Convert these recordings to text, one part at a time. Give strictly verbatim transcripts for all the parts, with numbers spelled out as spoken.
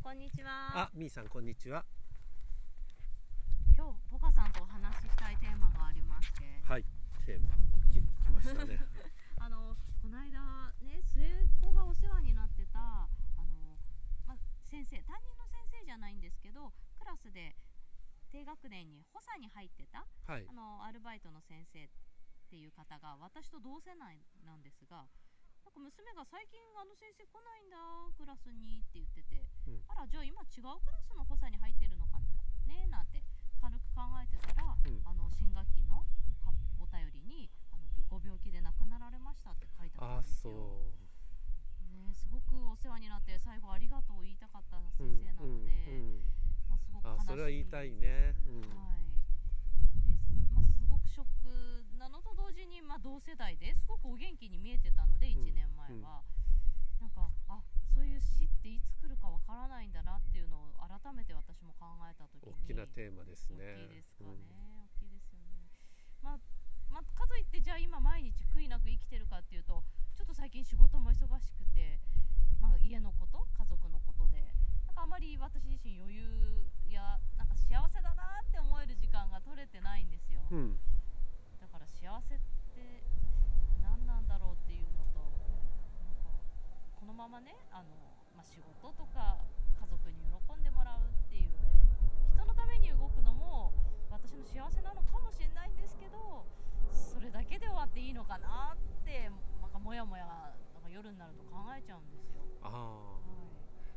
こんにちは。 あ、みーさんこんにちは。 今日ポカさんとお話ししたいテーマがありまして、 はい、テーマき来ましたね。 あのこの間ね、末っ子がお世話になってたあの、ま、先生、担任の先生じゃないんですけど、クラスで低学年に補佐に入ってた、 はい、 あのアルバイトの先生っていう方が私と同世代なんですが、なんか娘が最近あの先生来ないんだクラスにって言ってて、うん、あらじゃあ今違うクラスの補佐に入ってるのかねなんて軽く考えてたら、うん、あの新学期のお便りにあのご病気で亡くなられましたって書いてあったんですよ。ね、すごくお世話になって最後ありがとうを言いたかった先生なので、うんうんうん、まあ、すごく悲しいです。 あ、それは言いたいね、うん、 はい。で、まあ、すごくショックなのと同時に、まあ、同世代ですごくお元気に見えてたので、いちねんまえは、うん、なんかあそういう死っていつ来るかわからないんだなっていうのを改めて私も考えた時に、 大きなテーマですね。 大きいですかね、うん、大きいですよね。まあまあ、かといってじゃあ今毎日悔いなく生きてるかっていうと、ちょっと最近仕事も忙しくて、まあ、家のこと家族のことでなんかあまり私自身余裕やなんか幸せだなって思える時間が取れてないんですよ、うん、だから幸せって何なんだろうっていうのと、なんかこのままねあの、まあ、仕事とか家族に喜んでもらうっていう人のために動くのも私の幸せなのかもしれないんですけど、それだけで終わっていいのかなってなんかもやもやなんか夜になると考えちゃうんですよ。 あ、はい、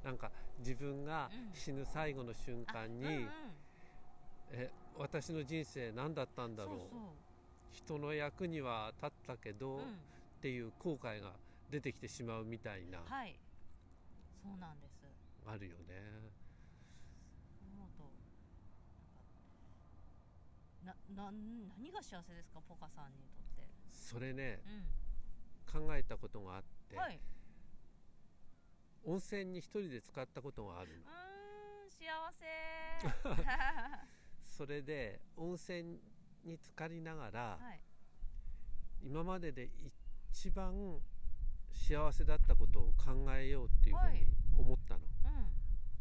なんか自分が死ぬ最後の瞬間に、うんうんうん、え私の人生何だったんだろう、そうそう、人の役には立ったけど、うん、っていう後悔が出てきてしまうみたいな、 はい、そうなんです。 あるよね。 思うとなな何が幸せですか、ポカさんにとって。 それね、うん、考えたことがあって、はい、温泉に一人で使ったことがあるの。うーん、幸せそれで温泉に浸かりながら、はい、今までで一番幸せだったことを考えようっていうふうに思ったの、はい、うん、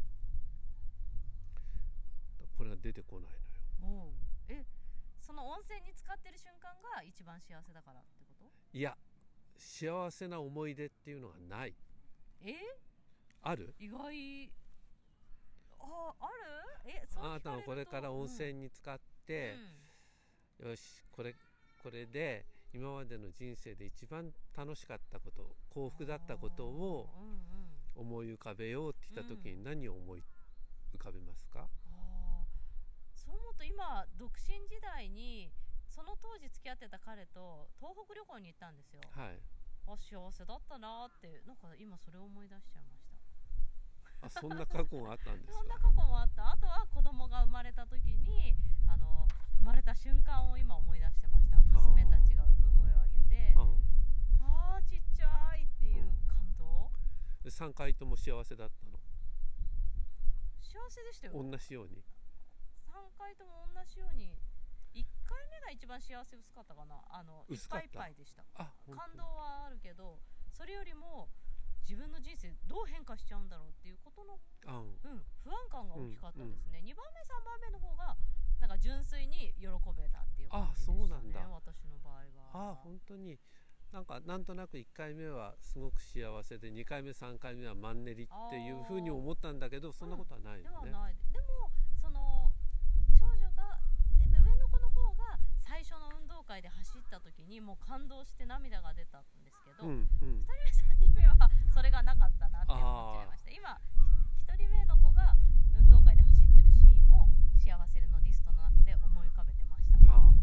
これが出てこないのよ。 おう、え、その温泉に浸かってる瞬間が一番幸せだからってこと？ いや、幸せな思い出っていうのがない。 え？ ある？ 意外。あ、ある？え、そう聞かれると、 あなたがこれから温泉に浸かって、うん、よし、これこれで今までの人生で一番楽しかったこと、幸福だったことを思い浮かべようって言った時に何を思い浮かべますか？ うん、あ、そう思うと今独身時代にその当時付き合ってた彼と東北旅行に行ったんですよ。はい。あ、幸せだったなって、なんか今それを思い出しちゃいました。 あ、そんな過去があったんですか？ そんな過去もあった。あとは子供が生まれた時にあの生まれた瞬間を今思い出してました。娘たちが産声を上げて、ああちっちゃいっていう感動、 うん、さんかいとも幸せだったの？ 幸せでしたよ。 同じようにさんかいとも同じように。いっかいめが一番幸せ薄かったかな。あのいっぱいいっぱいでした。あ、感動はあるけど、それよりも自分の人生どう変化しちゃうんだろうっていうことの、うん、不安感が大きかったですね、うんうん、にばんめさんばんめの方がなんか純粋に喜べたっていう感じでしたね。あ、そうなんだ。私の場合は。 あ、本当になんかなんとなくいっかいめはすごく幸せでにかいめさんかいめはマンネリっていうふうに思ったんだけど、そんなことはないよね、うん、ではない。 でもその長女が上の子の方が最初の運動会で走った時にもう感動して涙が出たんですけど、うんうん、ふたりめさんにんめはそれがなかったなって思っちゃいました。今ひとりめの子が運動会で走ってるシーンも幸せのリストの中で思い浮かべてました。あ、うん、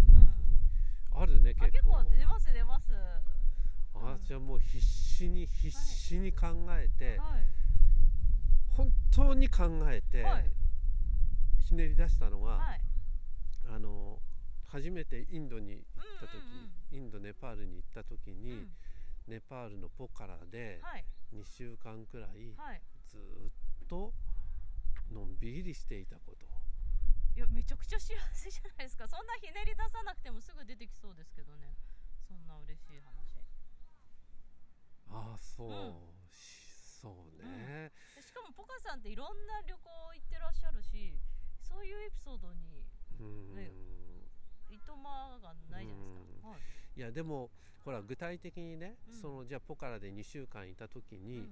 あるね、結構。 あ、結構出ます出ます。 私はもう必死に必死に考えて、はい、本当に考えて、はい、ひねり出したのが、はい、あの初めてインドに行った時、うんうんうん、インドネパールに行った時に、うん、ネパールのポカラでにしゅうかんくらいずっとのんびりしていたこと。 いや、めちゃくちゃ幸せじゃないですか。そんなひねり出さなくてもすぐ出てきそうですけどね、そんな嬉しい話。 ああ、そう、うん、そうね、 うん、しかもポカさんってでいろんな旅行行ってらっしゃるし、そういうエピソードに、ね、いとまがないじゃないですか。はい、 いやでもほら具体的にね、 うん、 そのじゃあポカラでにしゅうかんいた時に、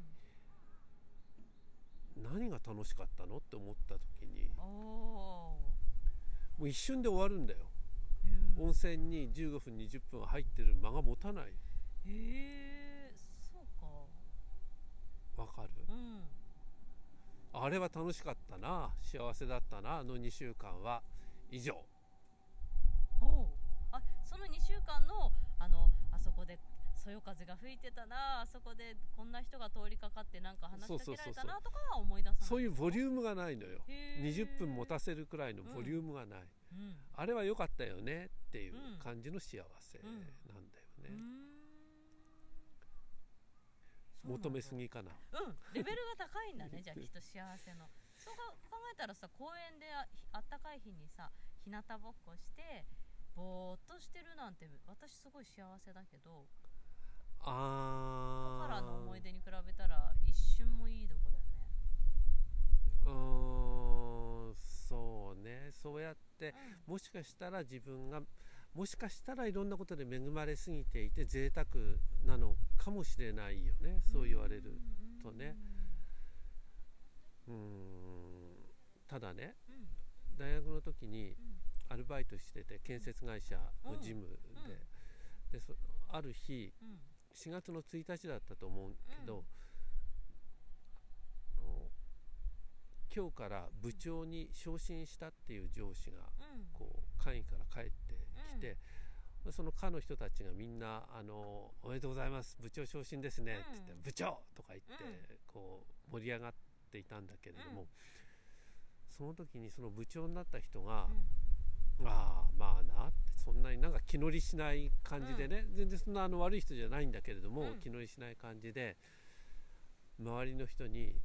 うん、何が楽しかったのって思った時に、もう一瞬で終わるんだよ。温泉にじゅうごふんにじゅっぷん入ってる間が持たない。 へえ、そうか。 わかる、 うん、 あれは楽しかったな、幸せだったな、あのにしゅうかんは。以上。 おあ、そのにしゅうかんの、あのあそこでそよ風が吹いてたな、あそこでこんな人が通りかかってなんか話しかけられたなとかは思い出さない。 そういうボリュームがないのよ。にじゅっぷん持たせるくらいのボリュームがない、うん、あれは良かったよねっていう感じの幸せなんだよね、うんうん、求めすぎかな。 うん、レベルが高いんだねじゃあきっと幸せの。そう考えたらさ、公園で あ, あったかい日にさ、日向ぼっこしてぼーっとしてるなんて私すごい幸せだけど、 あポカラの思い出に比べたら一瞬もいいとこだよね。 うーん、そうね。そうやって、うん、もしかしたら自分がもしかしたらいろんなことで恵まれすぎていて贅沢なのかもしれないよね、そう言われるとね。うーん、ただね、うん、大学の時にアルバイトしてて、建設会社の事務で、うんうん、でそある日、うん、しがつのついたちだったと思うけど、うん、今日から部長に昇進したっていう上司が、うん、こう会議から帰ってきて、うん、その課の人たちがみんなあのおめでとうございます、部長昇進ですね、うん、って言って部長とか言って、うん、こう盛り上がっていたんだけれども、うん、その時にその部長になった人が、うん、ああまあなって、そんなになんか気乗りしない感じでね、うん、全然そんなあの悪い人じゃないんだけれども、うん、気乗りしない感じで周りの人に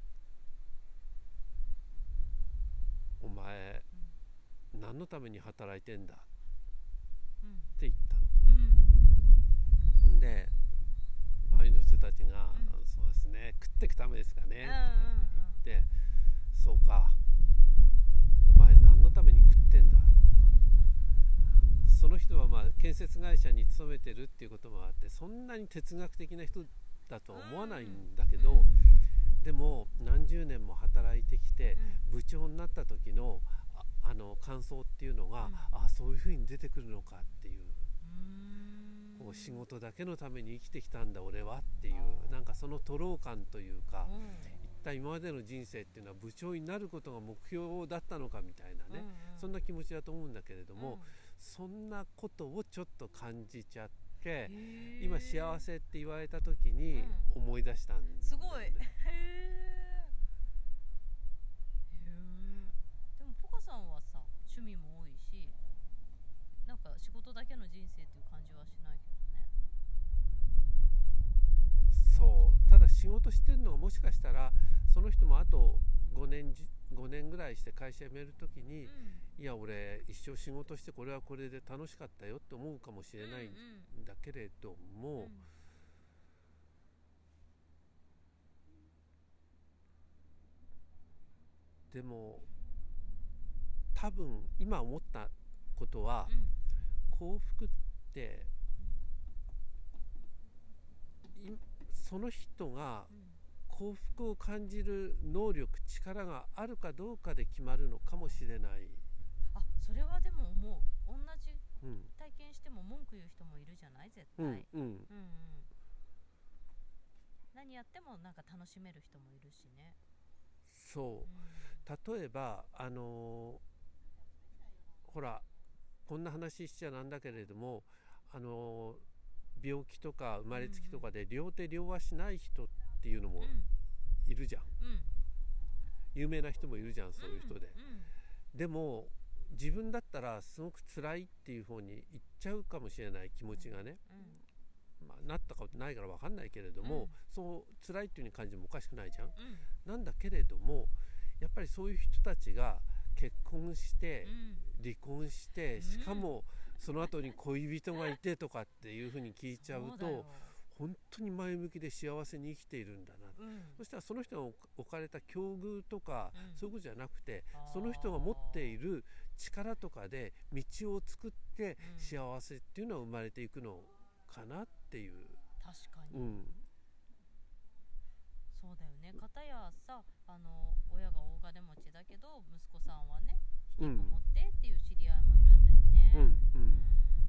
お前、うん、何のために働いてんだ、うん、って言ったの、うん、で周りの人たちが、うん、そうですね、食っていくためですかね、うん、って言って、そうか、お前何のために食ってんだ、うん、その人はまあ建設会社に勤めてるっていうこともあってそんなに哲学的な人だとは思わないんだけど、うんうん、でも何十年も働いてきて、うん、部長になった時の あ, あの感想っていうのが、うん、あそういうふうに出てくるのかっていう、うん、こう仕事だけのために生きてきたんだ俺はっていう、なんかその徒労感というか、うん、一体今までの人生っていうのは部長になることが目標だったのかみたいなね、うんうん、そんな気持ちだと思うんだけれども、うん、そんなことをちょっと感じちゃって今幸せって言われた時に思い出したんだよね、うん、すごい。へー、でもポカさんはさ趣味も多いし、なんか仕事だけの人生っていう感じはしないけどね。 そう、ただ仕事してるのはもしかしたらその人もあとごねんごねんぐらいして会社辞めるときに、うん、いや俺一生仕事してこれはこれで楽しかったよって思うかもしれないんだけれども、うんうん、でも多分今思ったことは、うん、幸福ってその人が、うん幸福を感じる能力、力があるかどうかで決まるのかもしれない。 あ、それはでも思う。同じ体験しても文句言う人もいるじゃない絶対、うんうんうんうん、何やってもなんか楽しめる人もいるしね。 そう、うん、例えばあのー、ほらこんな話しちゃなんだけれども、あのー、病気とか生まれつきとかで両手両足ない人っていうのもいるじゃん、うん、有名な人もいるじゃん、そういう人で、うんうん、でも自分だったらすごく辛いっていう方に行っちゃうかもしれない気持ちがね、うんまあ、なったことないから分かんないけれども、うん、そう辛いっていう風に感じてもおかしくないじゃん、うん、なんだけれどもやっぱりそういう人たちが結婚して、うん、離婚して、しかもその後に恋人がいてとかっていう風に聞いちゃうと、 本当に前向きで幸せに生きているんだな、うん、そしたらその人が置かれた境遇とか、うん、そういうことじゃなくて、その人が持っている力とかで道を作って幸せっていうのは生まれていくのかなっていう。 確かに、 うん、 そうだよね。片やさ、あの親が大金持ちだけど息子さんはね引きこもってっていう知り合いもいるんだよね、うんうんうん、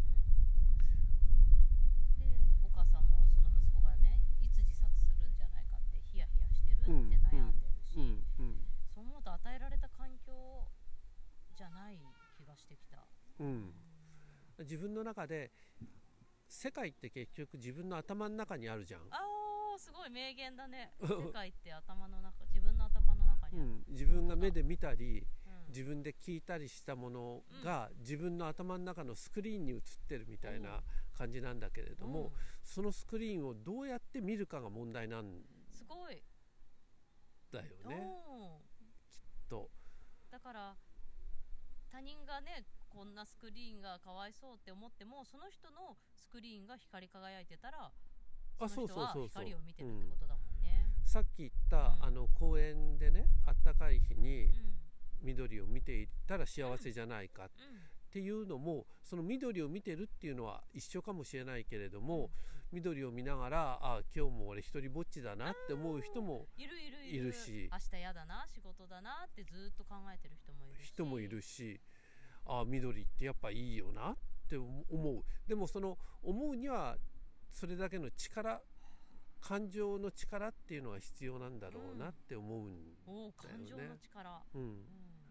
でお母さんもその息子がねいつ自殺するんじゃないかってヒヤヒヤしてるって悩んでるし、うんうんうん、そう思うと与えられた環境じゃない気がしてきた、 うん、自分の中で世界って結局自分の頭の中にあるじゃん。 あーすごい名言だね世界って頭の中、自分の頭の中にある、うん、 自分が目で見たり、うん、自分で聞いたりしたものが、うん、自分の頭の中のスクリーンに映ってるみたいな感じなんだけれども、うん、そのスクリーンをどうやって見るかが問題なんすごいだよね、きっと。 だから他人がねこんなスクリーンがかわいそうって思っても、その人のスクリーンが光り輝いてたらその人は光を見てるってことだもんね。 さっき言った、うん、あの公園でねあったかい日に緑を見ていたら幸せじゃないかっていうのも、その緑を見てるっていうのは一緒かもしれないけれども、うん、緑を見ながらあ今日も俺一人ぼっちだなって思う人もいるいるいる、いるし、 明日やだな仕事だなってずっと考えてる人もいるし人もいるし、あ緑ってやっぱいいよなって思う。でもその思うにはそれだけの力、感情の力っていうのが必要なんだろうなって思うんだよね、 うん、お感情の力、 うんうん、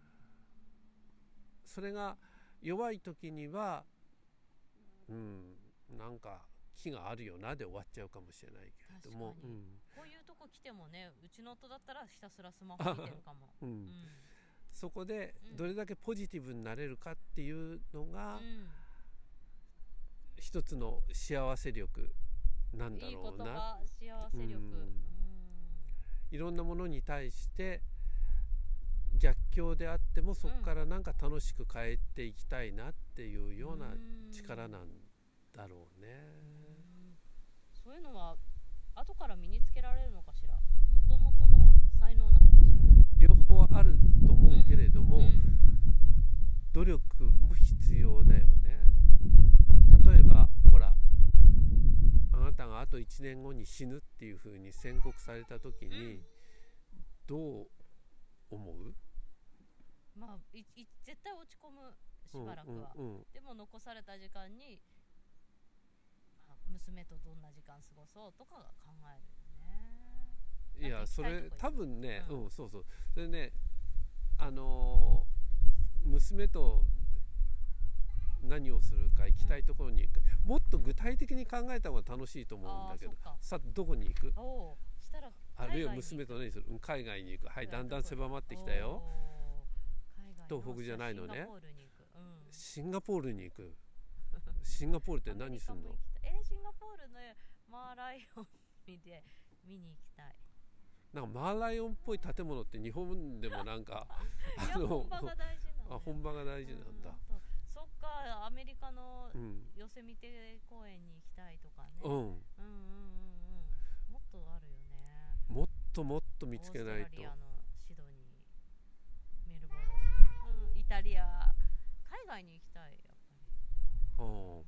それが弱い時には、うん、なんか気があるよなで終わっちゃうかもしれないけれども、うん、 こういうとこ来てもね、うちの夫だったらひたすらスマホ見てるかも、うんうん、 そこでどれだけポジティブになれるかっていうのが、うん、一つの幸せ力なんだろうな。いい言葉、幸せ力、うん、 いろんなものに対して逆境であってもそこからなんか楽しく変えていきたいなっていうような力なんだろうね。 うん、そういうのは後から身につけられるのかしら。もともとの才能なのかしら。 両方あると思うけれども、うんうん、努力も必要だよね。例えばほら、あなたがあといちねんごに死ぬっていうふうに宣告された時にどう思う？ まあ、いい絶対落ち込む、しばらくは、うんうんうん、でも残された時間に、まあ、娘とどんな時間過ごそうとかが考えるよね。 いやそれ多分ね、うん、うん、そうそう、それね、あのー、娘と何をするか、行きたいところに行く、うん、もっと具体的に考えた方が楽しいと思うんだけど、さあどこに行く？ おしたらあるいは娘と何する？海外に行く。はい、だんだん狭まってきたよ。東北じゃないのね。シンガポールに行く。シンガポールって何すんの？ えー、シンガポールのマーライオンで見に行きたい。 なんかマーライオンっぽい建物って日本でもなんかあの本場が大事なんだ。 あ、本場が大事なんだ。 そっか、アメリカのヨセミテ公園に行きたいとかね。うん。うんうんうんうん。もっとあるよね。 もっともっと見つけないと。オーストラリアのシドニー、メルボルン、うん、イタリア、海外に行きたいやっぱり。 うん、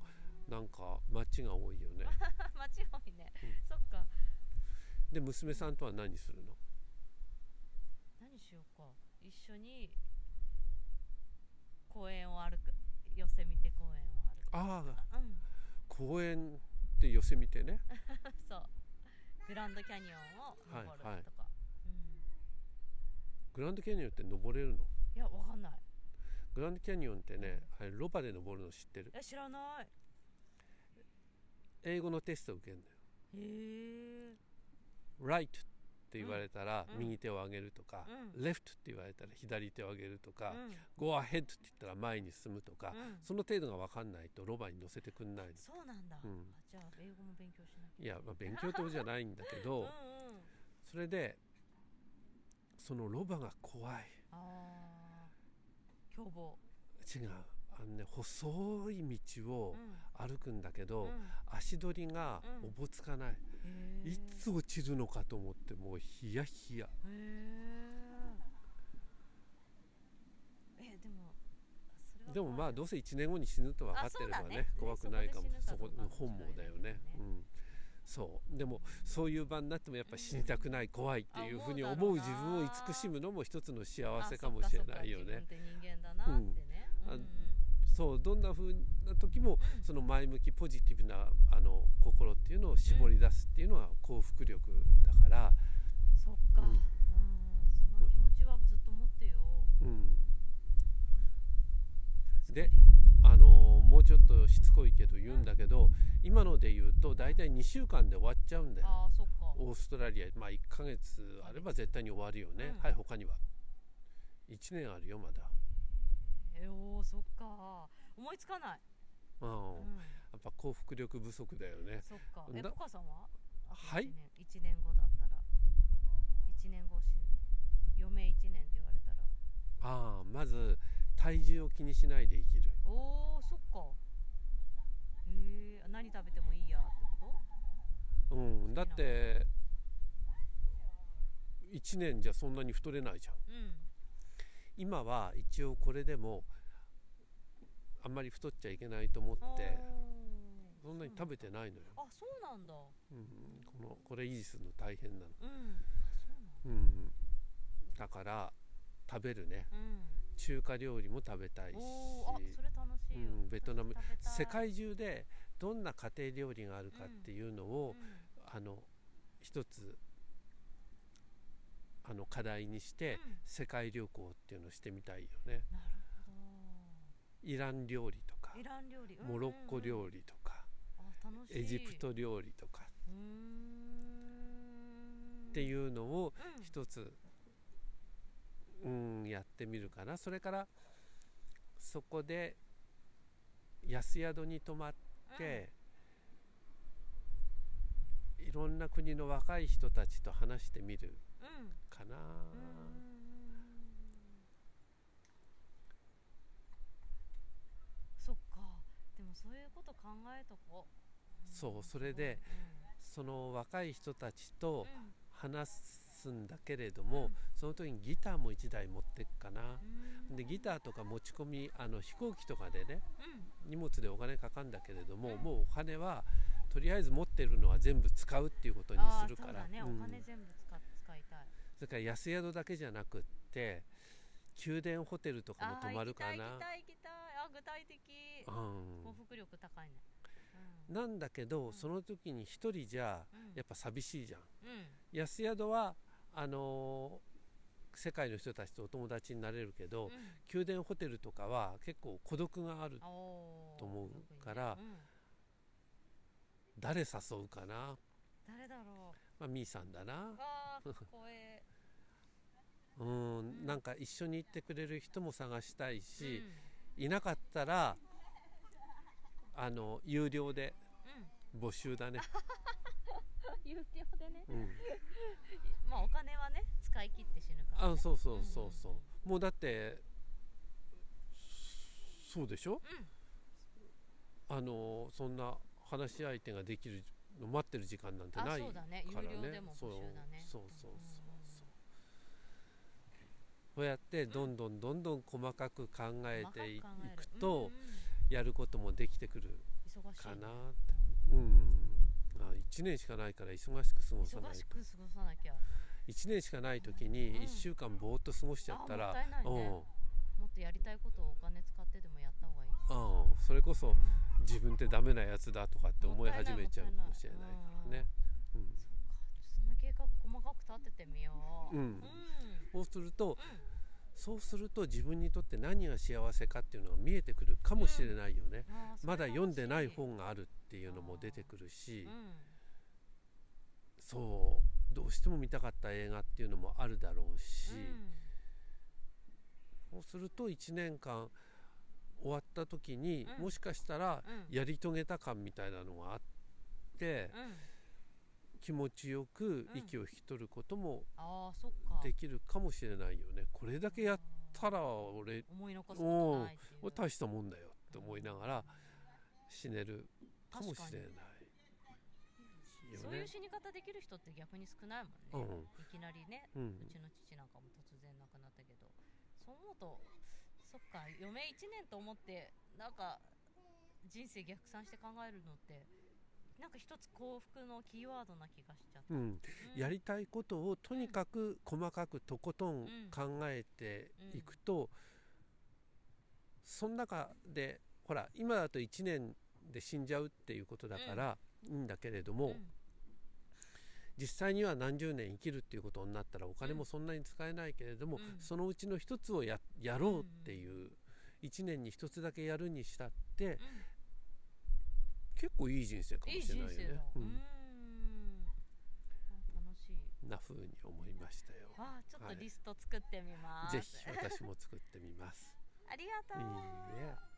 なんか街が多いよね。 街が多いね。うん、そっか。 で娘さんとは何するの？ 何しようか。一緒に公園を歩く。ヨセミテ公園を歩く。 ああ、うん、公園ってヨセミテね。 そう。グランドキャニオンを登るとか、はいはい、うん、 グランドキャニオンって登れるの？ いや、わかんない。 グランドキャニオンってね、あれロバで登るの知ってる？ え、知らない。 英語のテストを受けるんだよ。 へえ。 Right って言われたら右手を上げるとか、うん、Left って言われたら左手を上げるとか、うん、Go ahead って言ったら前に進むとか、うん、その程度が分かんないとロバに乗せてくんないの。 そうなんだ、うん、じゃあ英語も勉強しなきゃ。 いや、まあ、勉強とじゃないんだけどうん、うん、それでそのロバが怖い。 あ、凶暴。 違う、 あのね、細い道を歩くんだけど、うん、足取りがおぼつかない、うん、いつ落ちるのかと思ってもうヒヤヒヤ。へえでもそれはでもまあどうせいちねんごに死ぬと分かってれば ね, ね怖くないかも。そこの本望だよね、うん、そうでもそういう場になってもやっぱ死にたくない、うん、怖いっていうふうに思う自分を慈しむのも一つの幸せかもしれないよね。 自分って人間だなってね、うんうん、 そうどんな風な時もその前向きポジティブなあの心っていうのを絞り出すっていうのは幸福力だから、 うん、そっか、うん、その気持ちはずっと持ってよ、うん、 であのもうちょっとしつこいけど言うんだけど、うん、今ので言うと大体にしゅうかんで終わっちゃうんだよ。 あ、そっか。 オーストラリア、まあいっかげつあれば絶対に終わるよね、うん、はい。他にはいちねんあるよまだ。 えー、おー、そっか、思いつかない、 うんうん、やっぱ幸福力不足だよね。 そっか。え、ポカさんははい、 いちねんごだったらいちねんごし余命いちねんって言われたら、 ああ、まず体重を気にしないで生きる。 おー、そっか。へえ、何食べてもいいやってこと？うん、 だっていちねんじゃそんなに太れないじゃん、うん、今は一応これでもあんまり太っちゃいけないと思ってそんなに食べてないのよ。 あ、そうなんだ、 うん、このこれ維持するの大変なの、 うん、 うん、だから食べるね、うん、中華料理も食べたいし、 あ、それ楽しいよ、 うん、ベトナム、世界中でどんな家庭料理があるかっていうのを、うん、あの一つあの課題にして、うん、世界旅行っていうのをしてみたいよね。 なるほど。 イラン料理とかイラン料理、 モロッコ料理とか、 うんうんうん、 エジプト料理とかうーんっていうのを一つ、うん、うん、やってみるかな。それからそこで安宿に泊まって、うん、いろんな国の若い人たちと話してみるかな、うん、 そっか。でもそういうこと考えとこう。 そう、それで、うん、その若い人たちと話すんだけれども、うん、その時にギターもいちだい持ってくかな、うん、でギターとか持ち込み、あの飛行機とかでね、うん、荷物でお金かかるんだけれども、うん、もうお金はとりあえず持ってるのは全部使うっていうことにするから。 あ、そうだね、うん、お金全部使、使いたい。 それから安宿だけじゃなくって宮殿ホテルとかも泊まるかな。 行きたい行きたい行きたい。あ、具体的、うん、幸福力高いね、うん、 なんだけど、うん、その時に一人じゃやっぱ寂しいじゃん、うん、安宿はあのー、世界の人たちとお友達になれるけど、うん、宮殿ホテルとかは結構孤独があると思うから、うん、誰誘うかな。 誰だろう。 まあ、ミーさんだな。 あー、光栄うん、なんか一緒に行ってくれる人も探したいし、うん、いなかったらあの有料で募集だね、 うん、有料でね、 うん、 まあお金はね使い切って死ぬから、ね、 あ、そうそうそうそう、うん、もうだってそうでしょ、うん、あのそんな話し相手ができるの待ってる時間なんてないからね。 そうだね、有料でも募集だね。 そうそうそうそう、そうやってどんどんどんどん細かく考えていくとやることもできてくるかなって、うん、あ、いちねんしかないから忙しく過ごさないと。 忙しく過ごさなきゃ。 いちねんしかない時にいっしゅうかんぼーっと過ごしちゃったら、 あ、もったいないね、うん、もっとやりたいことをお金使ってでもやった方がいい、 うん、それこそ自分ってダメなやつだとかって思い始めちゃうかもしれないからね、うん、 そっか、その計画細かく立ててみよう、うんうん、 そうすると、うん、そうすると自分にとって何が幸せかっていうのが見えてくるかもしれないよね、うん、まだ読んでない本があるっていうのも出てくるし、うん、そうどうしても見たかった映画っていうのもあるだろうし、うん、そうするといちねんかん終わった時に、うん、もしかしたらやり遂げた感みたいなのがあって、 気持ちよく息を引き取ることもあーそっかできるかもしれないよね。これだけやったら俺思い残すことないっていう俺大したもんだよって思いながら死ねるかもしれないよね。 そういう死に方できる人って逆に少ないもんね、うん、いきなりね、うん、うちの父なんかも突然亡くなったけど、そう思うとそっか余命いちねんと思ってなんか人生逆算して考えるのってなんか一つ幸福のキーワードな気がしちゃった、うんうん、 やりたいことをとにかく細かくとことん考えていくと、うんうん、その中でほら今だといちねんで死んじゃうっていうことだからいいんだけれども、うん、実際には何十年生きるっていうことになったらお金もそんなに使えないけれども、うん、そのうちの一つを や, やろうっていう、うん、いちねんに一つだけやるにしたって、うん、結構いい人生かもしれないよね。いい人生だ、うん、うーん楽しいな風に思いましたよ。 あちょっとリスト作ってみます、 はい、ぜひ私も作ってみますありがとう。いいね。